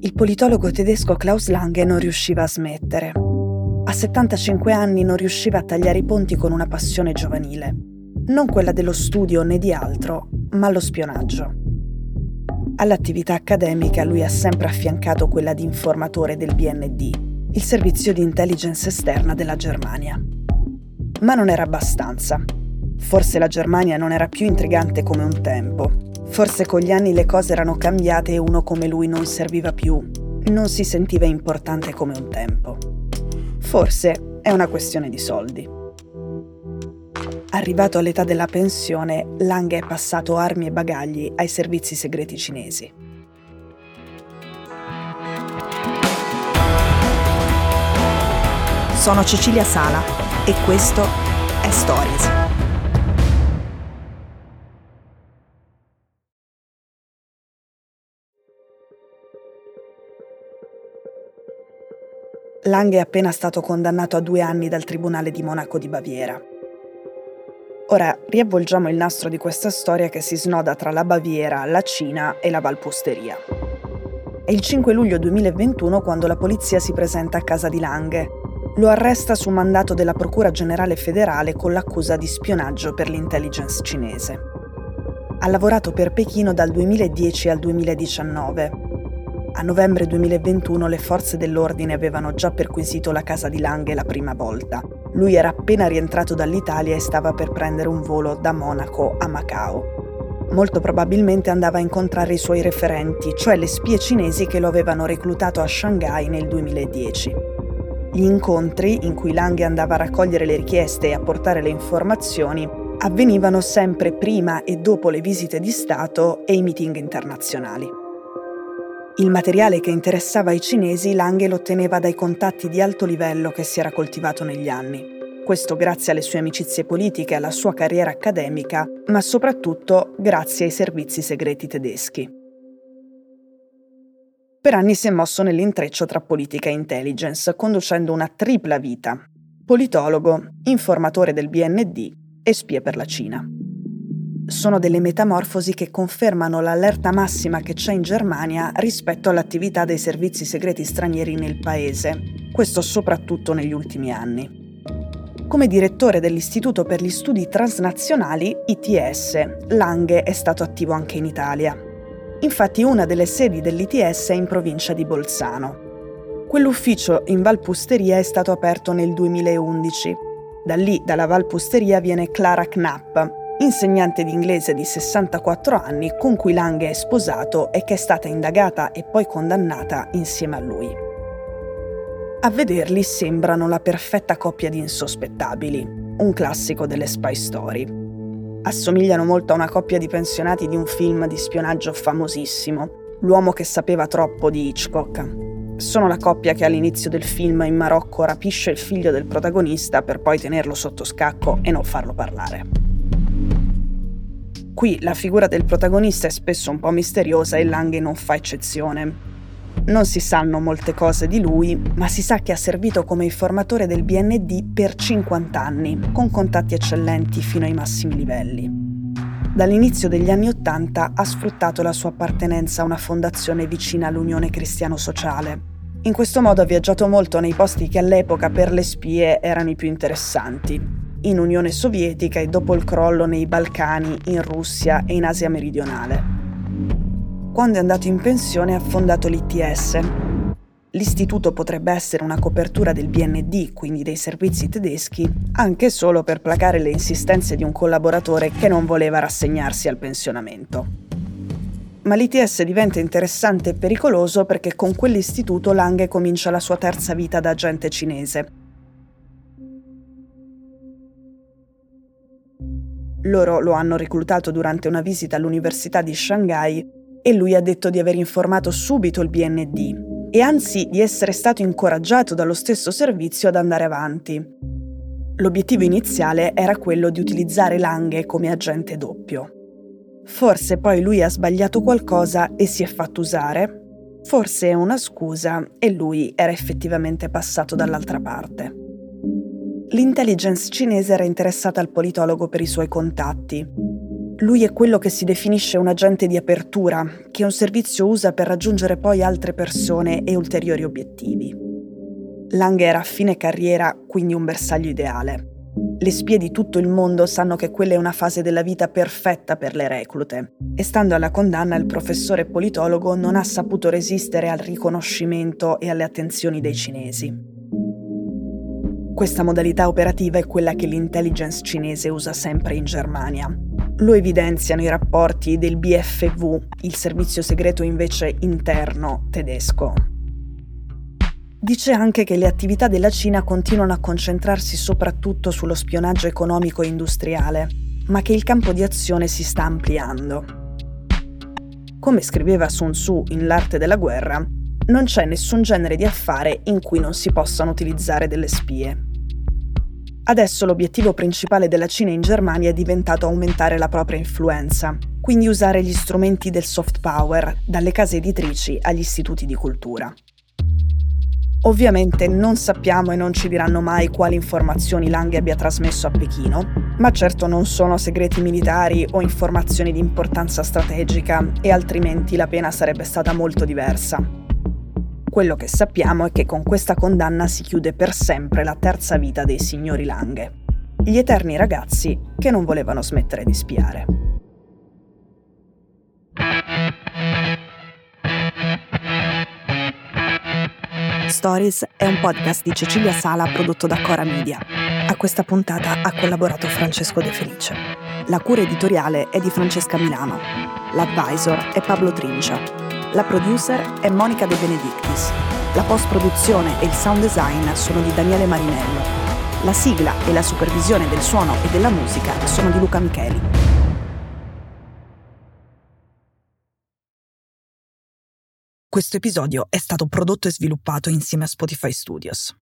Il politologo tedesco Klaus Lange non riusciva a smettere. A 75 anni non riusciva a tagliare i ponti con una passione giovanile. Non quella dello studio né di altro, ma lo spionaggio. All'attività accademica lui ha sempre affiancato quella di informatore del BND, il servizio di intelligence esterna della Germania. Ma non era abbastanza. Forse la Germania non era più intrigante come un tempo. Forse con gli anni le cose erano cambiate e uno come lui non serviva più, non si sentiva importante come un tempo. Forse è una questione di soldi. Arrivato all'età della pensione, Lange è passato armi e bagagli ai servizi segreti cinesi. Sono Cecilia Sala e questo è Stories. Lange è appena stato condannato a 2 anni dal Tribunale di Monaco di Baviera. Ora riavvolgiamo il nastro di questa storia che si snoda tra la Baviera, la Cina e la Valpusteria. È il 5 luglio 2021 quando la polizia si presenta a casa di Lange. Lo arresta su mandato della Procura Generale Federale con l'accusa di spionaggio per l'intelligence cinese. Ha lavorato per Pechino dal 2010 al 2019. A novembre 2021 le forze dell'ordine avevano già perquisito la casa di Lange la prima volta. Lui era appena rientrato dall'Italia e stava per prendere un volo da Monaco a Macao. Molto probabilmente andava a incontrare i suoi referenti, cioè le spie cinesi che lo avevano reclutato a Shanghai nel 2010. Gli incontri, in cui Lange andava a raccogliere le richieste e a portare le informazioni, avvenivano sempre prima e dopo le visite di Stato e i meeting internazionali. Il materiale che interessava ai cinesi Lange lo otteneva dai contatti di alto livello che si era coltivato negli anni. Questo grazie alle sue amicizie politiche e alla sua carriera accademica, ma soprattutto grazie ai servizi segreti tedeschi. Per anni si è mosso nell'intreccio tra politica e intelligence, conducendo una tripla vita: politologo, informatore del BND e spia per la Cina. Sono delle metamorfosi che confermano l'allerta massima che c'è in Germania rispetto all'attività dei servizi segreti stranieri nel paese, questo soprattutto negli ultimi anni. Come direttore dell'Istituto per gli Studi Transnazionali, ITS, Lange è stato attivo anche in Italia. Infatti una delle sedi dell'ITS è in provincia di Bolzano. Quell'ufficio in Valpusteria è stato aperto nel 2011. Da lì, dalla Valpusteria, viene Clara Knapp, insegnante di inglese di 64 anni con cui Lange è sposato e che è stata indagata e poi condannata insieme a lui. A vederli sembrano la perfetta coppia di insospettabili, un classico delle spy story. Assomigliano molto a una coppia di pensionati di un film di spionaggio famosissimo, L'uomo che sapeva troppo di Hitchcock. Sono la coppia che all'inizio del film in Marocco rapisce il figlio del protagonista per poi tenerlo sotto scacco e non farlo parlare. Qui la figura del protagonista è spesso un po' misteriosa e Lange non fa eccezione. Non si sanno molte cose di lui, ma si sa che ha servito come informatore del BND per 50 anni, con contatti eccellenti fino ai massimi livelli. Dall'inizio degli anni '80 ha sfruttato la sua appartenenza a una fondazione vicina all'Unione Cristiano Sociale. In questo modo ha viaggiato molto nei posti che all'epoca per le spie erano i più interessanti. In Unione Sovietica e dopo il crollo nei Balcani, in Russia e in Asia meridionale. Quando è andato in pensione ha fondato l'ITS. L'istituto potrebbe essere una copertura del BND, quindi dei servizi tedeschi, anche solo per placare le insistenze di un collaboratore che non voleva rassegnarsi al pensionamento. Ma l'ITS diventa interessante e pericoloso perché con quell'istituto Lange comincia la sua terza vita da agente cinese. Loro lo hanno reclutato durante una visita all'Università di Shanghai e lui ha detto di aver informato subito il BND e anzi di essere stato incoraggiato dallo stesso servizio ad andare avanti. L'obiettivo iniziale era quello di utilizzare Lange come agente doppio. Forse poi lui ha sbagliato qualcosa e si è fatto usare, forse è una scusa e lui era effettivamente passato dall'altra parte. L'intelligence cinese era interessata al politologo per i suoi contatti. Lui è quello che si definisce un agente di apertura, che un servizio usa per raggiungere poi altre persone e ulteriori obiettivi. Lang era a fine carriera, quindi un bersaglio ideale. Le spie di tutto il mondo sanno che quella è una fase della vita perfetta per le reclute e stando alla condanna il professore politologo non ha saputo resistere al riconoscimento e alle attenzioni dei cinesi. Questa modalità operativa è quella che l'intelligence cinese usa sempre in Germania. Lo evidenziano i rapporti del BFV, il servizio segreto invece interno tedesco. Dice anche che le attività della Cina continuano a concentrarsi soprattutto sullo spionaggio economico e industriale, ma che il campo di azione si sta ampliando. Come scriveva Sun Tzu in L'arte della guerra, non c'è nessun genere di affare in cui non si possano utilizzare delle spie. Adesso l'obiettivo principale della Cina in Germania è diventato aumentare la propria influenza, quindi usare gli strumenti del soft power, dalle case editrici agli istituti di cultura. Ovviamente non sappiamo e non ci diranno mai quali informazioni Lang abbia trasmesso a Pechino, ma certo non sono segreti militari o informazioni di importanza strategica e altrimenti la pena sarebbe stata molto diversa. Quello che sappiamo è che con questa condanna si chiude per sempre la terza vita dei signori Lang, gli eterni ragazzi che non volevano smettere di spiare. Stories è un podcast di Cecilia Sala prodotto da Cora Media. A questa puntata ha collaborato Francesco De Felice. La cura editoriale è di Francesca Milano. L'advisor è Pablo Trincia. La producer è Monica De Benedictis. La post-produzione e il sound design sono di Daniele Marinello. La sigla e la supervisione del suono e della musica sono di Luca Micheli. Questo episodio è stato prodotto e sviluppato insieme a Spotify Studios.